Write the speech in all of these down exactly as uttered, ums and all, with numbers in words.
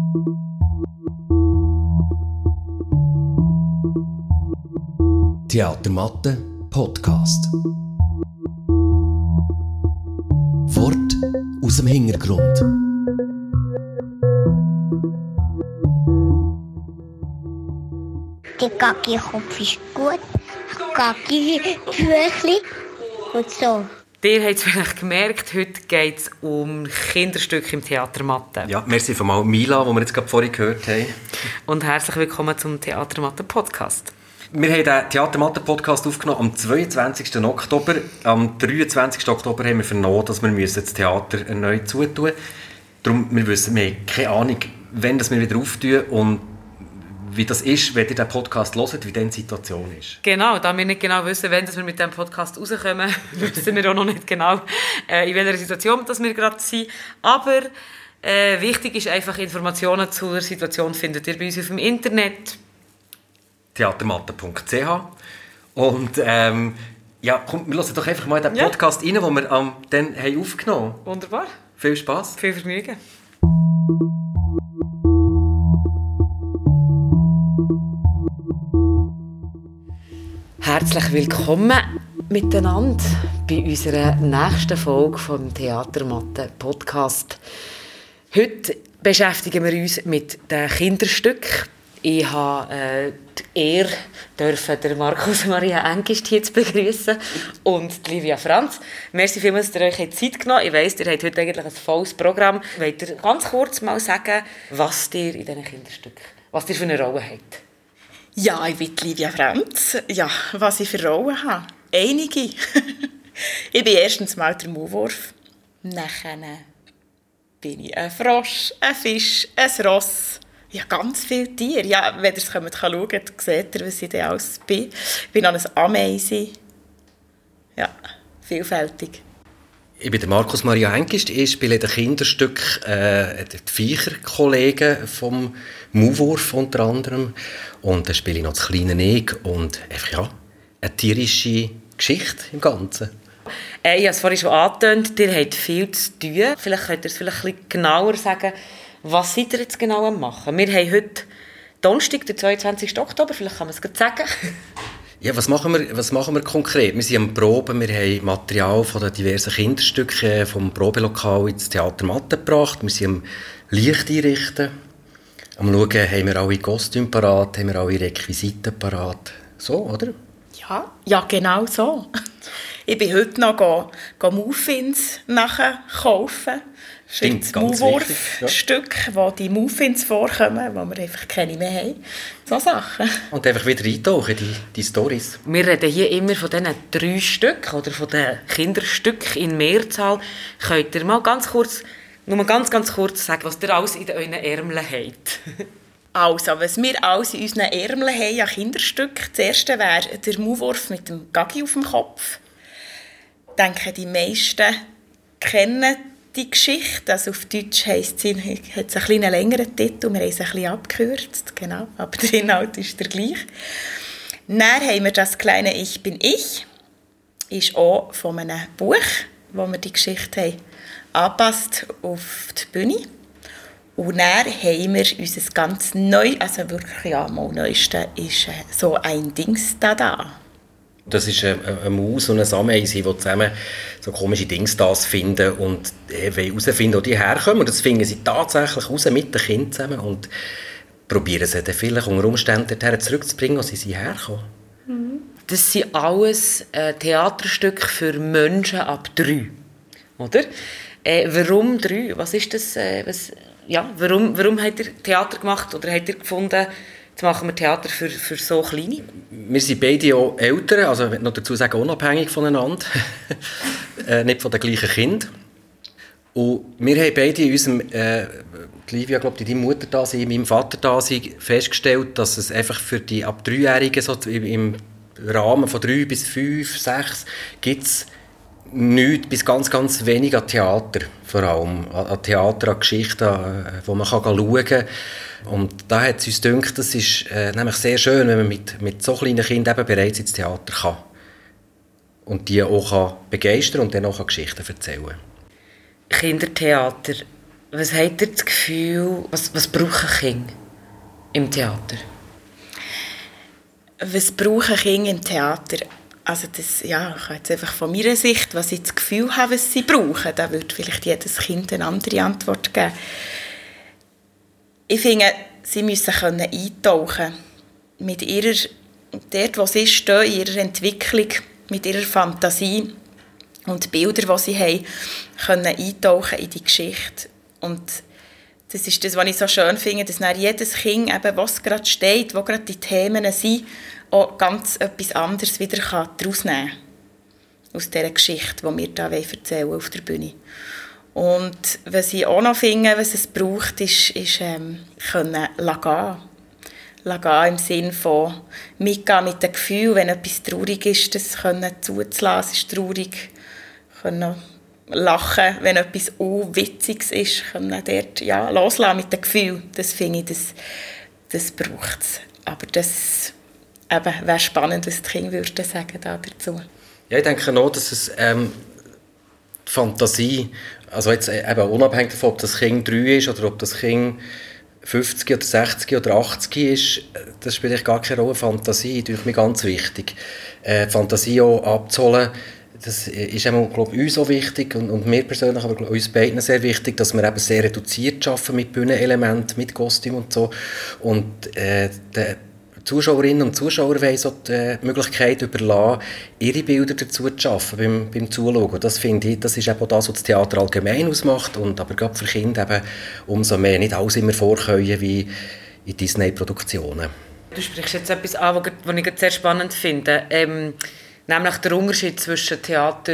Theatermatte Podcast. Wort aus dem Hintergrund. Der Gaggi-Kopf ist gut, Gaggi-Büchli und so. Ihr habt es vielleicht gemerkt, heute geht es um Kinderstücke im Theatermatte. Ja, merci von mal Mila, die wir jetzt gerade vorhin gehört haben. Und herzlich willkommen zum Theatermatte Podcast. Wir haben den Theatermatte Podcast aufgenommen am zweiundzwanzigsten Oktober. Am dreiundzwanzigsten Oktober haben wir vernommen, dass wir das Theater erneut zutun müssen. Darum, wir wissen, wir haben keine Ahnung, wann wir wieder auftun und wie das ist, wenn ihr diesen Podcast hört, wie dann die Situation ist. Genau, da wir nicht genau wissen, wann wir mit diesem Podcast rauskommen, wissen wir auch noch nicht genau, äh, in welcher Situation dass wir gerade sind. Aber äh, wichtig ist einfach, Informationen zur Situation findet ihr bei uns auf dem Internet. theatermatte punkt c h Und ähm, ja, komm, wir hören doch einfach mal in den Ja. Podcast rein, den wir ähm, dann haben aufgenommen haben. Wunderbar. Viel Spass. Viel Vergnügen. Herzlich willkommen miteinander bei unserer nächsten Folge vom Theatermatte Podcast. Heute beschäftigen wir uns mit den Kinderstücken. Ich habe äh, die Ehre, dürfen den Markus Maria Engist hier zu begrüßen und die Livia Franz. Merci vielmals, dass ihr euch Zeit genommen habt. Ich weiss, ihr habt heute eigentlich ein volles Programm. Wollt ihr ganz kurz mal sagen, was ihr in diesen Kinderstücken, was ihr für eine Rolle habt? Ja, ich bin Livia Franz. Ja, was ich für Rollen habe? Einige. Ich bin erstens mal der Maulwurf. Nachher bin ich ein Frosch, ein Fisch, ein Ross. Ja, ganz viele Tiere. Ja, wenn ihr es schauen könnt, seht ihr, was ich denn alles bin. Ich bin noch ein Ameise. Ja, vielfältig. Ich bin der Markus Maria Engist. Ich spiele in den Kinderstück äh, die Viecherkollegen vom Maulwurf unter anderem. Und dann spiele ich noch das kleine Egg und einfach, ja, eine tierische Geschichte im Ganzen. Äh, ich habe es vorhin schon angetönt, ihr habt viel zu tun. Vielleicht könnt ihr es vielleicht ein bisschen genauer sagen. Was seid ihr jetzt genau am machen? Wir haben heute Donnerstag, den zweiundzwanzigsten Oktober, vielleicht kann man es gerade sagen. Ja, was machen wir, was machen wir konkret? Wir sind am Proben, wir haben Material von den diversen Kinderstücken vom Probelokal ins Theatermatte gebracht. Wir sind am Licht einrichten. Am Schauen, haben wir alle Kostüme parat, haben wir alle Requisiten parat. So, oder? Ja, ja, genau so. Ich bin heute noch go, go Muffins nachher kaufen. Stimmt, das ganz Maulwurf-Stück, ja. Wo die Muffins vorkommen, wo wir einfach keine mehr haben. So Sachen. Und einfach wieder eintauchen, die, die Storys. Wir reden hier immer von diesen drei Stücken oder von den Kinderstücken in Mehrzahl. Könnt ihr mal ganz kurz, nur mal ganz, ganz kurz sagen, was ihr alles in euren Ärmeln habt? Also, was wir alles in unseren Ärmeln haben an Kinderstücken. Das erste wäre der Maulwurf mit dem Gaggi auf dem Kopf. Ich denke, die meisten kennen die Geschichte. Also auf Deutsch heisst sie, hat es einen kleinen längeren Titel, wir haben es ein bisschen abgekürzt, genau, aber der Inhalt ist der gleiche. Dann haben wir das kleine «Ich bin ich», ist auch von einem Buch, wo wir die Geschichte haben angepasst auf die Bühne. Und dann haben wir unser ganz neu, also wirklich ja, mal neueste, ist so ein Dings da da. Das ist eine, eine Maus und eine Ameise, die zusammen so komische Dinge das finden und herausfinden, wo die herkommen. Und das finden sie tatsächlich raus mit den Kindern zusammen und probieren sie dann vielleicht unter Umständen dorthin zurückzubringen, wo sie sie herkommen. Das sind alles äh, Theaterstücke für Menschen ab drei, oder? Äh, warum drei? Was ist das? Äh, was, ja, warum, warum habt ihr Theater gemacht oder habt ihr gefunden, jetzt machen wir Theater für, für so Kleine? Wir sind beide auch Eltern, also ich will noch dazu sagen, unabhängig voneinander, äh, nicht von den gleichen Kindern. Und wir haben beide in unserem, äh, Livia, glaube ich, deine Mutter da sind, meinem Vater da sind, festgestellt, dass es einfach für die ab Dreijährigen so im Rahmen von drei bis fünf, sechs gibt es nichts bis ganz, ganz wenig an Theater, vor allem an Theater, an Geschichten, wo man kann schauen kann. Und da hat es uns gedacht, das ist äh, nämlich sehr schön, wenn man mit, mit so kleinen Kindern eben bereits ins Theater kann. Und die auch kann begeistern und dann auch Geschichten erzählen kann. Kindertheater, Was habt ihr das Gefühl, was, was brauchen Kinder im Theater? Was brauchen Kinder im Theater? Also das, ja, ich kann jetzt einfach von meiner Sicht, was ich das Gefühl habe, was sie brauchen, da würde vielleicht jedes Kind eine andere Antwort geben. Ich finde, sie müssen können eintauchen mit ihrer, dort, wo sie stehen, in ihrer Entwicklung, mit ihrer Fantasie und Bilder, die sie haben, können eintauchen in die Geschichte. Und das ist das, was ich so schön finde, dass dann jedes Kind, eben, was gerade steht, wo gerade die Themen sind, auch ganz etwas anderes wieder daraus nehmen kann. Aus dieser Geschichte, die wir hier erzählen auf der Bühne. Und was ich auch noch finde, was es braucht, ist, ist ähm, können gehen. Gehen im Sinne von mitgehen mit dem Gefühl, wenn etwas traurig ist, das können zuzulassen, es ist traurig. Können lachen, wenn etwas Unwitziges ist, können dort ja, loslassen mit dem Gefühl. Das finde ich, das, das braucht es. Aber das wäre spannend, was die Kinder würden sagen da dazu. Ja, ich denke auch, dass es ähm, die Fantasie, also jetzt eben unabhängig davon, ob das Kind drei ist oder ob das Kind fünfzig oder sechzig oder achtzig ist, das spielt eigentlich gar keine Rolle. Fantasie ist mir ganz wichtig. Äh, Fantasie auch abzuholen, das ist einmal, glaube ich, uns so wichtig und, und mir persönlich, aber uns beiden sehr wichtig, dass wir eben sehr reduziert arbeiten mit Bühnenelementen, mit Kostüm und so. Und äh, die Zuschauerinnen und Zuschauer wollen so die Möglichkeit überlassen, ihre Bilder dazu zu schaffen beim, beim Zuschauen. Und das finde ich, das ist eben das, was das Theater allgemein ausmacht und aber gerade für Kinder eben umso mehr. Nicht alles immer vorkommen wie in Disney-Produktionen. Du sprichst jetzt etwas an, was ich sehr spannend finde. Ähm, nämlich der Unterschied zwischen Theater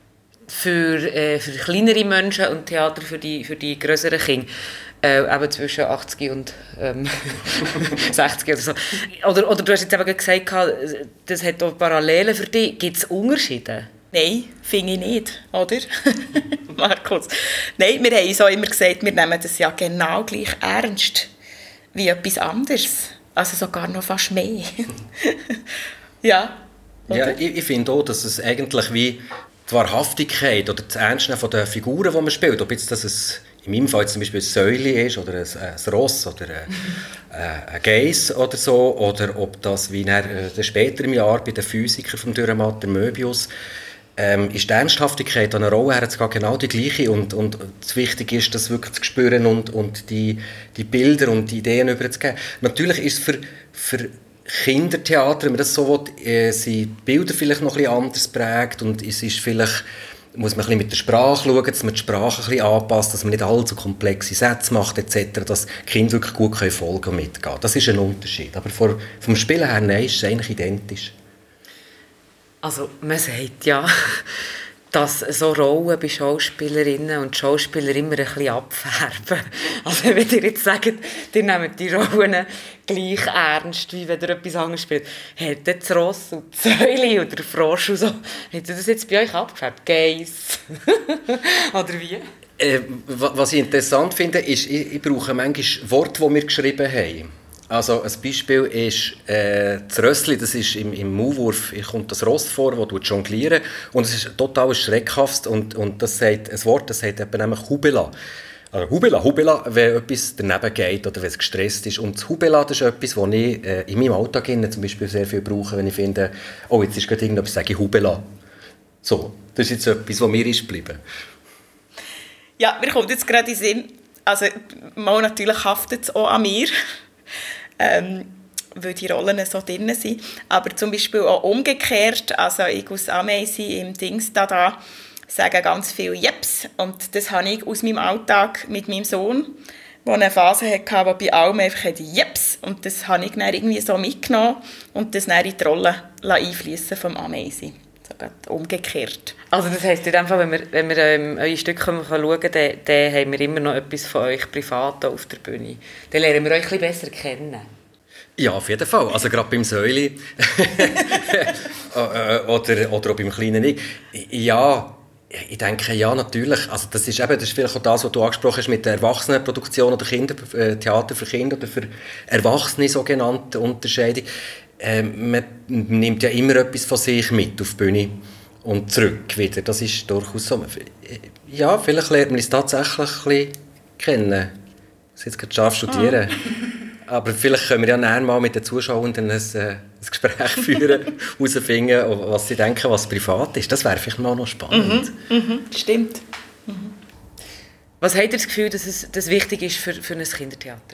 für, äh, für kleinere Menschen und Theater für die, für die grösseren Kinder. Äh, eben zwischen achtzig und ähm, sechzig oder so. Oder, oder du hast jetzt eben gesagt, das hat auch Parallelen für dich. Gibt es Unterschiede? Nein, finde ich nicht, oder? Markus. Nein, wir haben uns auch immer gesagt, wir nehmen das ja genau gleich ernst wie etwas anderes. Also sogar noch fast mehr. Ja. Oder? Ja, ich, ich finde auch, dass es eigentlich wie die Wahrhaftigkeit oder das Ernstnehmen der Figuren, die man spielt, ob jetzt das ein, in meinem Fall zum Beispiel ein Säule ist oder ein, ein Ross oder ein, ein Geiss oder so, oder ob das wie dann, äh, später im Jahr bei den Physikern vom Dürrenmatt, der Möbius, ähm, ist die Ernsthaftigkeit an eine Rolle herzugehen genau die gleiche und, und das Wichtige ist, das wirklich zu spüren und, und die, die Bilder und die Ideen überzugeben. Natürlich ist es für, für Kindertheater, wenn man das so will, äh, sind Bilder vielleicht noch ein bisschen anders prägt und es ist vielleicht, muss man ein bisschen mit der Sprache schauen, dass man die Sprache ein bisschen anpasst, dass man nicht allzu komplexe Sätze macht et cetera, dass die Kinder wirklich gut folgen und mitgehen. Das ist ein Unterschied. Aber vor, vom Spielen her nein, ist es eigentlich identisch. Also man sagt ja, dass so Rollen bei Schauspielerinnen und Schauspielern immer ein bisschen abfärben. Also wenn ihr jetzt sagt, ihr nehmt die Rollen gleich ernst, wie wenn ihr etwas anderes spielt. Hätte das Ross und die Säule oder der Frosch und so, hätte das jetzt bei euch abgefärbt? Geiss. Oder wie? Äh, was ich interessant finde, ist, ich, ich brauche manchmal Worte, die wir geschrieben haben. Also ein Beispiel ist äh, das Rössli, das ist im, im Maulwurf, kommt das Ross vor, das jonglieren und es ist total schreckhaft und, und das sagt ein Wort, das sagt eben nämlich Hubela. Also Hubela, Hubela, wenn etwas daneben geht oder wenn es gestresst ist. Und das Hubela, das ist etwas, das ich äh, in meinem Alltag zum Beispiel sehr viel brauche, wenn ich finde, oh, jetzt ist gerade irgendetwas, sage ich Hubela. So, das ist jetzt etwas, was mir ist geblieben. Ja, mir kommt jetzt gerade in den Sinn, also mal natürlich haftet es auch an mir. Ähm, weil die Rollen so drin sind. Aber zum Beispiel auch umgekehrt, also ich als Ameise im Dings da, da sage ganz viel «Jeps». Und das habe ich aus meinem Alltag mit meinem Sohn, der eine Phase hatte, wo bei allem einfach «Jeps». Und das habe ich dann irgendwie so mitgenommen und das dann in die Rolle einfließen vom Ameise. So umgekehrt. Also das heisst in dem Fall, wenn wir, wenn wir ähm, eure Stücke schauen können, dann, dann haben wir immer noch etwas von euch privat auf der Bühne. Dann lernen wir euch ein bisschen besser kennen. Ja, auf jeden Fall. Also gerade beim Säuli oder, oder auch beim kleinen Ich. Ja, ich denke, ja, natürlich. Also das ist eben, das ist vielleicht auch das, was du angesprochen hast mit der Erwachsenenproduktion oder Kinder, äh, Theater für Kinder oder für Erwachsene sogenannte Unterscheidung. Äh, man nimmt ja immer etwas von sich mit auf die Bühne und zurück wieder. Das ist durchaus so. Ja, vielleicht lernt man es tatsächlich ein bisschen kennen. Ich muss jetzt gerade scharf studieren. Oh. Aber vielleicht können wir ja näher mal mit den Zuschauern ein, ein Gespräch führen, herausfinden, was sie denken, was privat ist. Das wäre vielleicht mal noch spannend. Mhm, mhm, stimmt. Mhm. Was habt ihr das Gefühl, dass es dass wichtig ist für, für ein Kindertheater?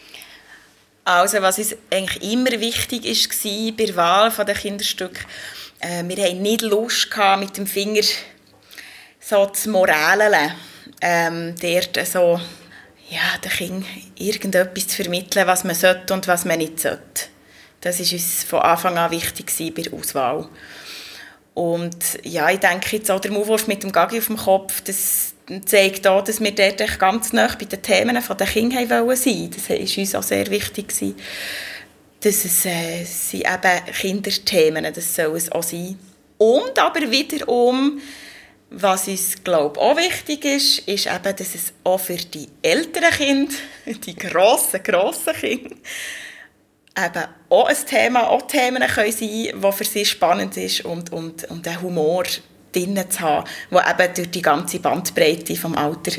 Also, was uns eigentlich immer wichtig war bei der Wahl der Kinderstücke, äh, wir hatten nicht Lust gehabt, mit dem Finger so zu moralen, ähm, dort so, ja, den Kindern irgendetwas zu vermitteln, was man sollte und was man nicht sollte. Das war uns von Anfang an wichtig bei der Auswahl. Und ja, ich denke jetzt auch der Maulwurf mit dem Gagi auf dem Kopf, das zeigt auch, dass wir dort ganz nah bei den Themen der Kinder sein wollten. Das war uns auch sehr wichtig, dass es äh, sind eben Kinderthemen, das soll es auch sein. Und aber wiederum, was uns, glaube ich, auch wichtig ist, ist eben, dass es auch für die älteren Kinder, die grossen, grossen Kinder, eben auch ein Thema, auch Themen können sein, die für sie spannend ist und, und, und einen Humor drin zu haben, der eben durch die ganze Bandbreite des Alters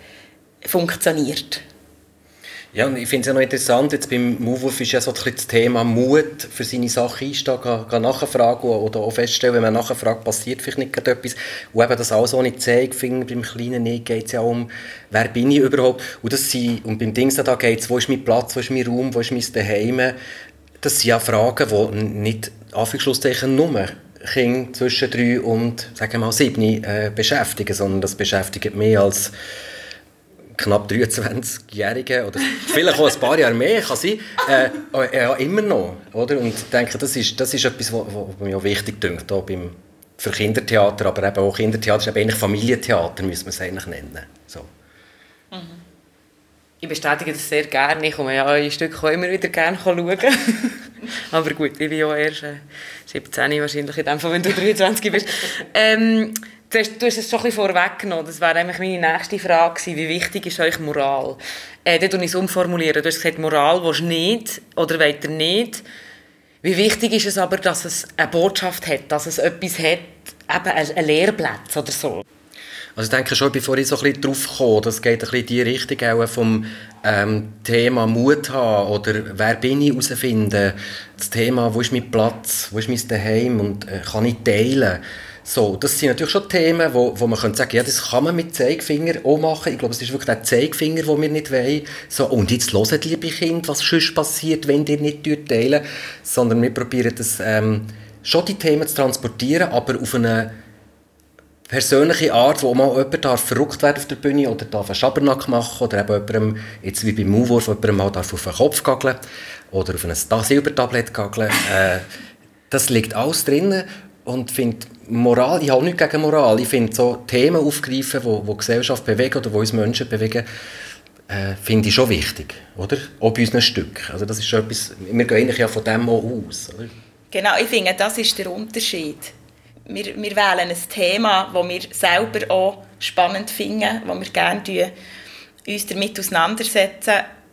funktioniert. Ja, und ich finde es ja noch interessant, jetzt beim Maulwurf ist ja so das Thema Mut, für seine Sache einstehen, gehen, gehen nachfragen oder auch feststellen, wenn man nachfragt, passiert vielleicht nicht gerade etwas. Und eben das auch so nicht Zeigefinger, beim Kleinen nicht, geht es ja um, wer bin ich überhaupt. Und, das sind, und beim Dings da geht es, wo ist mein Platz, wo ist mein Raum, wo ist mein Zuhause. Das sind ja Fragen, die nicht, Anführungsschlusszeichen, nur Kinder zwischen drei und, sagen wir mal, sieben äh, beschäftigen, sondern das beschäftigt mehr als knapp dreiundzwanzigjährige oder vielleicht auch ein paar Jahre mehr kann sein, äh, ja, immer noch. Oder? Und ich denke, das ist, das ist etwas, was mir auch wichtig dünkt, auch beim, für Kindertheater, aber eben auch Kindertheater ist eben eigentlich Familientheater, müssen wir es eigentlich nennen. So. Mhm. Ich bestätige das sehr gerne. Ich komme ja in Stück auch immer wieder gerne schauen. Aber gut, ich bin ja erst äh, siebzehn wahrscheinlich in dem Fall, wenn du dreiundzwanzig bist. Ähm, Du hast, du hast es schon ein bisschen vorweggenommen. Das wäre nämlich meine nächste Frage gewesen. Wie wichtig ist euch Moral? Äh, dort ich es umformulieren. Du hast gesagt, Moral willst du nicht oder wollt ihr nicht. Wie wichtig ist es aber, dass es eine Botschaft hat, dass es etwas hat, eben ein Lehrplatz oder so? Also ich denke schon, bevor ich so ein bisschen drauf komme, das geht ein bisschen in die Richtung auch vom ähm, Thema Mut haben oder wer bin ich herausfinden. Das Thema, wo ist mein Platz, wo ist mein Zuhause und äh, kann ich teilen. So, das sind natürlich schon Themen, wo, wo man könnte sagen, ja, das kann man mit Zeigefinger auch machen. Ich glaube, es ist wirklich der Zeigefinger, den wir nicht wollen. So, und jetzt hören, liebe Kinder, was sonst passiert, wenn ihr nicht teilen. Sondern wir probieren das, ähm, schon die Themen zu transportieren, aber auf eine persönliche Art, wo mal jemand darf verrückt werden auf der Bühne oder darf einen Schabernack machen oder eben jemandem, jetzt wie beim Maulwurf, jemandem mal darf auf den Kopf gageln oder auf ein Silbertablett gageln. Äh, das liegt alles drin. Und finde Moral, ich habe nichts gegen Moral, ich finde so Themen aufgreifen, die die Gesellschaft bewegen oder die uns Menschen bewegen, äh, finde ich schon wichtig, oder? Auch bei unseren Stücken. Also das ist schon etwas, wir gehen eigentlich ja von dem auch aus. Oder? Genau, ich finde, das ist der Unterschied. Wir, wir wählen ein Thema, das wir selber auch spannend finden, wo wir gerne uns damit auseinandersetzen,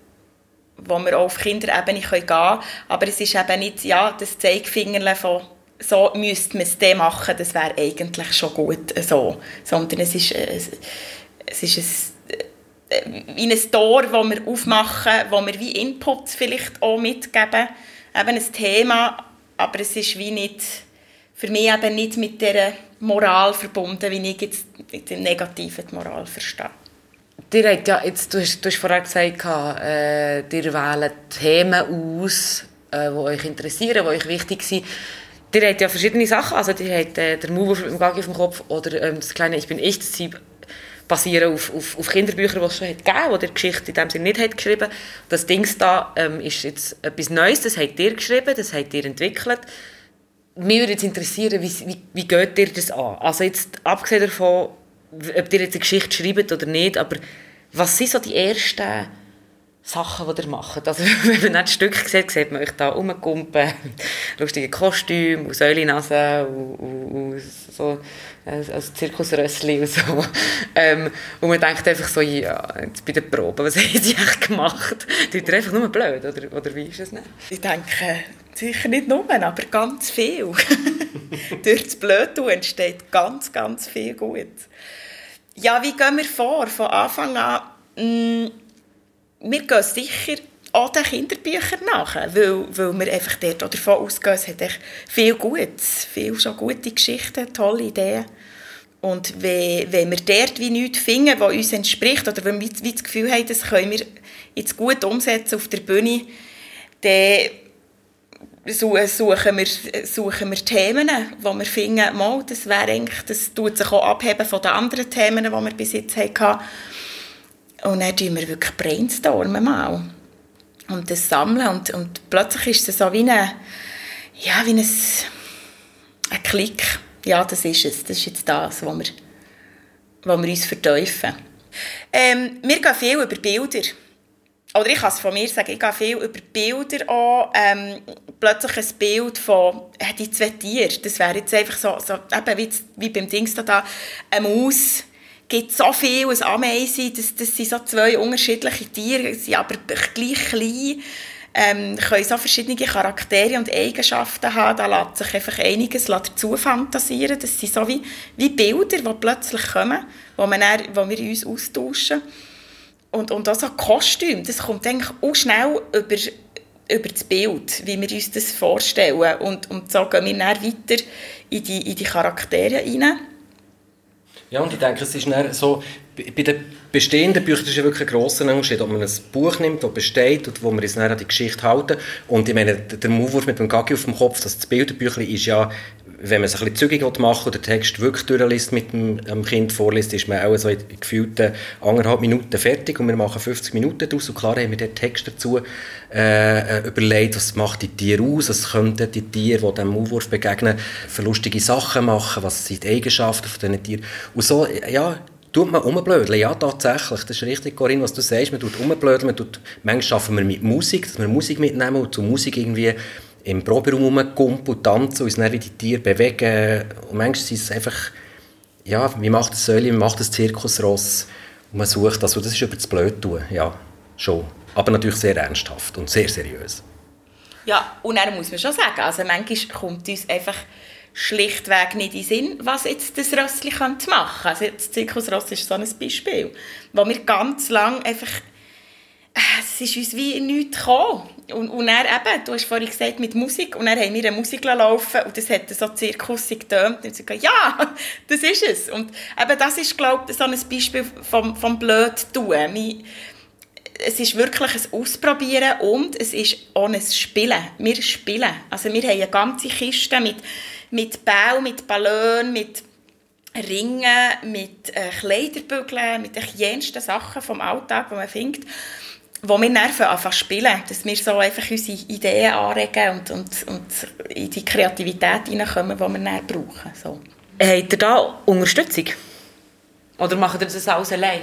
wo wir auch auf Kinderebene gehen können. Aber es ist eben nicht ja, das Zeigefingerchen von so müsste man es dann machen, das wäre eigentlich schon gut so. Sondern es ist, es, es ist ein, wie ein Tor, das wir aufmachen, wo wir wie Inputs vielleicht auch mitgeben. Eben ein Thema, aber es ist wie nicht, für mich eben nicht mit dieser Moral verbunden, wie ich jetzt mit dem Negativen die Moral verstehe. Ihr habt ja, jetzt, du, hast, du hast vorher gesagt, äh, ihr wählt Themen aus, äh, die euch interessieren, die euch wichtig sind. Ihr habt ja verschiedene Sachen, also ihr habt äh, den Maulwurf mit dem Gagi auf dem Kopf oder ähm, das kleine «Ich bin ich», das sie basieren auf, auf, auf Kinderbüchern, die es schon gegeben hat, die die Geschichte in dem Sinne nicht hat geschrieben. Das Dings da ähm, ist jetzt etwas Neues, das habt ihr geschrieben, das habt ihr entwickelt. Mich würde jetzt interessieren, wie, wie, wie geht ihr das an? Also jetzt, abgesehen davon, ob ihr jetzt eine Geschichte schreibt oder nicht, aber was sind so die ersten Sachen, die ihr macht? Also, wenn man nicht das Stück sieht, sieht man euch da rumkumpen, lustige Kostüme, und Säulenase und, und, und so als Zirkusrössli und so. Ähm, und man denkt einfach so, ja, jetzt bei der Probe, was haben sie eigentlich gemacht? Tut ihr einfach nur blöd, oder, oder wie ist es nicht? Ich denke, sicher nicht nur, aber ganz viel. Durch das Blödtun entsteht ganz, ganz viel gut. Ja, wie gehen wir vor? Von Anfang an mh, wir gehen sicher auch den Kinderbüchern nach, weil, weil wir einfach dort auch davon ausgehen, es hat echt viel Gutes, viel schon gute Geschichten, tolle Ideen. Und wenn, wenn wir dort wie nichts finden, was uns entspricht, oder wenn wir wie das Gefühl haben, das können wir jetzt gut umsetzen auf der Bühne, dann suchen wir, suchen wir Themen, wo wir finden, mal, das wäre eigentlich, das tut sich auch abheben von den anderen Themen, die wir bis jetzt hatten. Und dann tun wir wirklich brainstormen mal. Und das sammeln. Und, und plötzlich ist es so wie, eine, ja, wie ein, ein Klick. Ja, das ist es. Das ist jetzt das, wo wir, wo wir uns vertiefen. Ähm, wir gehen viel über Bilder. Oder ich kann es von mir sagen, ich gehe viel über Bilder an. Ähm, plötzlich ein Bild von äh, die zwei Tiere. Das wäre jetzt einfach so, so eben wie, wie beim Dings da, eine Maus. Es gibt so viel, ein Ameisen, das, das sind so zwei unterschiedliche Tiere, sie sind aber gleich klein, ähm, können so verschiedene Charaktere und Eigenschaften haben, da lässt sich einfach einiges dazu fantasieren. Das sind so wie, wie Bilder, die plötzlich kommen, wo, man dann, wo wir uns austauschen. Und, und auch so Kostüm, das kommt eigentlich auch schnell über, über das Bild, wie wir uns das vorstellen. Und, und so gehen wir dann weiter in die, in die Charaktere hinein. Ja, und ich denke, es ist dann so, bei den bestehenden Büchern ist ja wirklich ein grosser Unterschied, ob man ein Buch nimmt, das besteht und wo wir uns dann an die Geschichte halten. Und ich meine, der Maulwurf mit dem Gaggi auf dem Kopf, das Bilderbüchlein ist ja, wenn man es ein bisschen zügig machen und den Text wirklich durchliest mit dem, dem Kind vorliest, ist man auch so in gefühlten anderthalb Minuten fertig und wir machen fünfzig Minuten daraus. Und klar haben wir den Text dazu äh, überlegt, was macht die Tiere aus, was könnten die Tiere, die dem Maulwurf begegnen, für lustige Sachen machen, was sind die Eigenschaften von diesen Tieren. Und so, ja, tut man rumblödeln. Ja, tatsächlich. Das ist richtig, Corinne, was du sagst. Man tut rumblödeln. Man tut, manchmal arbeiten wir mit Musik, dass wir Musik mitnehmen und zu Musik irgendwie im Proberaum rumkumpen und tanzen und uns dann wie die Tiere bewegen. Und manchmal ist es einfach, ja, wie macht das Säule, wie macht das Zirkusross? Und man sucht das. Und das ist über das Blödtun, ja, schon. Aber natürlich sehr ernsthaft und sehr seriös. Ja, und dann muss man schon sagen, also manchmal kommt uns einfach schlichtweg nicht in den Sinn, was jetzt das Rössli machen könnte. Also das Zirkusross ist so ein Beispiel, wo wir ganz lange einfach, es ist uns wie nichts gekommen. Und, und dann eben, du hast vorhin gesagt, mit Musik, und dann haben wir eine Musik laufen und das hat so zirkussig getönt. Und sie gesagt, ja, das ist es. Und eben das ist, glaube ich, so ein Beispiel vom, vom Blöd-Tun. Es ist wirklich ein Ausprobieren und es ist auch ein Spielen. Wir spielen. Also wir haben eine ganze Kiste mit, mit Bällen, mit Ballonen, mit Ringen, mit äh, Kleiderbügeln, mit den jensten Sachen vom Alltag, die man findet, wo wir nerven anfangen zu spielen, dass wir so einfach unsere Ideen anregen und, und, und in die Kreativität hineinkommen, die wir dann brauchen. So. Habt ihr da Unterstützung? Oder macht ihr das alles allein?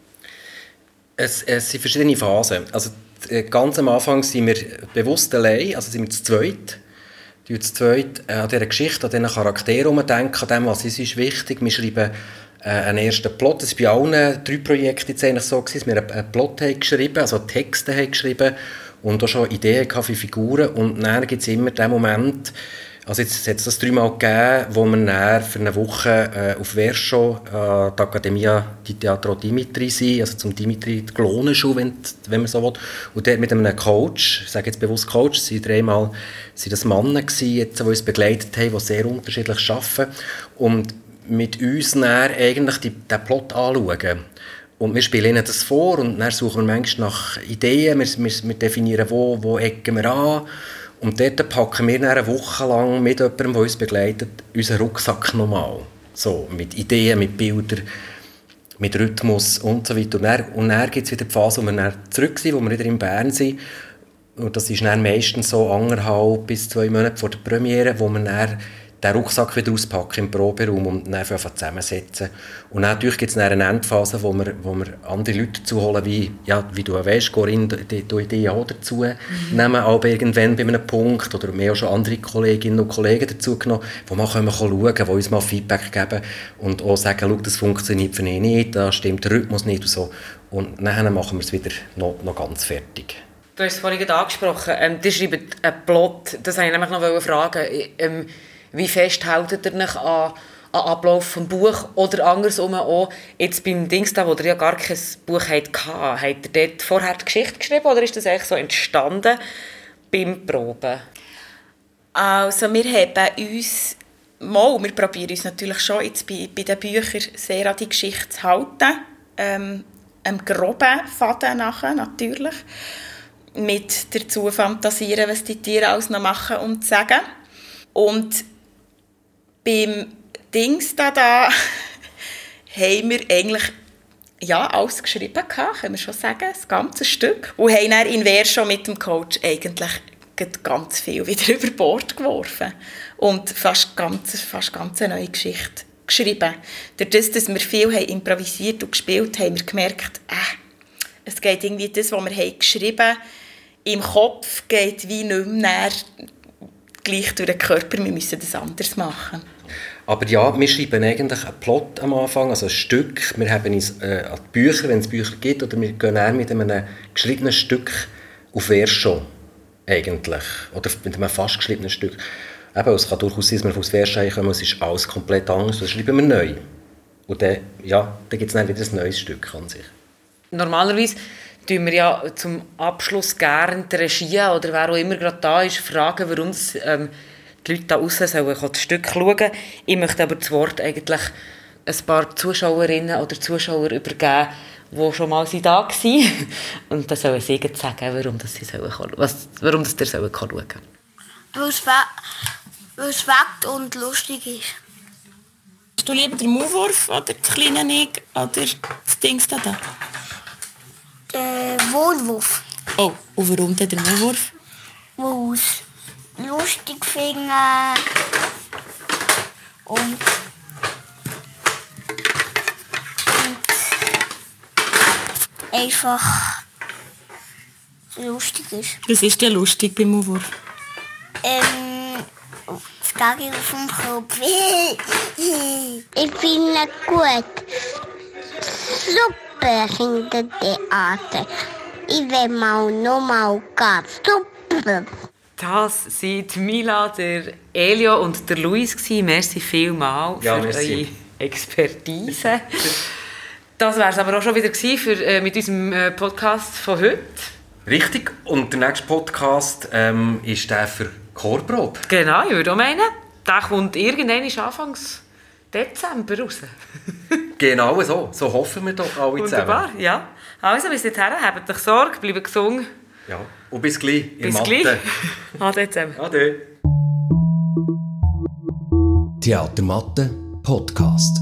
Es, es sind verschiedene Phasen. Also, ganz am Anfang sind wir bewusst allein, also sind wir zu zweit. Wir zu zweit an dieser Geschichte, an diesen Charakteren umdenken, an dem, was uns ist wichtig. Wir schreiben äh, einen ersten Plot. Das war bei allen drei Projekten jetzt eigentlich so, dass wir einen Plot haben geschrieben, also Texte haben geschrieben und auch schon Ideen für Figuren. Und dann gibt es immer den Moment, also jetzt hat es das dreimal gegeben, wo wir dann für eine Woche äh, auf Verscho, äh, die Accademia di Teatro Dimitri sind, also zum Dimitri die Klonenschule, wenn, wenn man so will. Und dort mit einem Coach, ich sage jetzt bewusst Coach, es waren dreimal sind das Männer gewesen, jetzt, die uns begleitet haben, die sehr unterschiedlich arbeiten und mit uns dann eigentlich die, den Plot anschauen. Und wir spielen ihnen das vor und dann suchen wir manchmal nach Ideen, wir, wir, wir definieren, wo, wo ecken wir an. Und dort packen wir dann eine Woche lang mit jemandem, der uns begleitet, unseren Rucksack nochmal. So, mit Ideen, mit Bildern, mit Rhythmus und so weiter. Und dann, und dann gibt es wieder die Phase, wo wir dann zurück sind, wo wir wieder in Bern sind. Und das ist dann meistens so anderthalb bis zwei Monate vor der Premiere, wo wir dann den Rucksack wieder auspacken im Proberaum und dann einfach zusammensetzen. Und dann natürlich gibt es eine Endphase, wo wir, wo wir andere Leute dazu holen, wie, ja, wie du weißt, Corinne, die, die Idee auch dazu mhm. nehmen, aber irgendwann bei einem Punkt, oder wir haben auch schon andere Kolleginnen und Kollegen dazu genommen, wo wir können schauen, die uns mal Feedback geben und auch sagen, schau, das funktioniert für mich nicht, da stimmt der Rhythmus nicht und so. Und dann machen wir es wieder noch, noch ganz fertig. Du hast es vorhin angesprochen, ähm, ihr schreibt einen Plot, das wollte ich nämlich noch fragen. Ähm, Wie fest haltet ihr euch an, an Ablauf des Buches oder andersrum auch, jetzt beim Dings da, wo ihr ja gar kein Buch hattet, habt ihr dort vorher die Geschichte geschrieben oder ist das eigentlich so entstanden beim Proben? Also wir haben uns, mal, wir probieren uns natürlich schon jetzt bei, bei den Büchern sehr an die Geschichte zu halten, ähm, einem groben Faden nachher natürlich, mit dazu fantasieren, was die Tiere alles noch machen und sagen. Und beim Dings da, da haben wir eigentlich ja, alles geschrieben gehabt, können wir schon sagen, das ganze Stück. Und haben dann in Wer schon mit dem Coach eigentlich ganz viel wieder über Bord geworfen und fast ganz, fast ganz eine neue Geschichte geschrieben. Dadurch, dass wir viel haben improvisiert und gespielt haben, haben wir gemerkt, äh, es geht irgendwie das, was wir haben geschrieben haben, im Kopf geht wie nicht mehr gleich durch den Körper, wir müssen das anders machen. Aber ja, wir schreiben eigentlich einen Plot am Anfang, also ein Stück. Wir haben uns äh, an die Bücher, wenn es Bücher gibt, oder wir gehen eher mit einem geschriebenen Stück auf Verso, eigentlich. Oder mit einem fast geschriebenen Stück. Eben, es kann durchaus sein, dass wir auf das Verso kommen, es ist alles komplett anders, das schreiben wir neu. Und dann, ja, dann gibt es dann wieder ein neues Stück an sich. Normalerweise tun wir ja zum Abschluss gerne die Regie oder wer auch immer gerade da ist, fragen, warum es, ähm, die Leute da draussen sollen das Stück schauen. Ich möchte aber das Wort eigentlich ein paar Zuschauerinnen oder Zuschauer übergeben, die schon mal da waren. Und dann sollen sie jetzt sagen, warum das sie sollen, was, warum das ihr schauen sollen. Weil es wagt und lustig ist. Hast du lieber den Maulwurf oder das kleine Nick oder das Dings da da? Der Wohlwurf. Oh, und warum denn der Maulwurf? Weil es lustig finde und, und einfach lustig ist. Was ist denn lustig beim Maulwurf? Ähm, das Gaggi auf dem Kopf. Ich finde gut. Super Kindertheater. Ich will mal noch mal gehen. Super. Das sind Mila, der Elio und der Luis gewesen. Merci vielmals Ja, für merci. eure Expertise. Das war es aber auch schon wieder gewesen für, äh, mit unserem äh, Podcast von heute. Richtig, und der nächste Podcast ähm, ist der für Chorprobe. Genau, ich würde auch meinen, der kommt irgendwann Anfang Dezember raus. Genau so, so hoffen wir doch alle Wunderbar, zusammen. ja. Also bis dahin, habt euch Sorge, bleibt gesund. Ja, und bis gleich. in Bis Mathe. gleich. Ade zusammen. Ade. Theatermatte Podcast.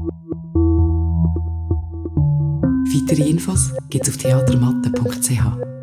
Weitere Infos gibt's auf theatermatte punkt c h.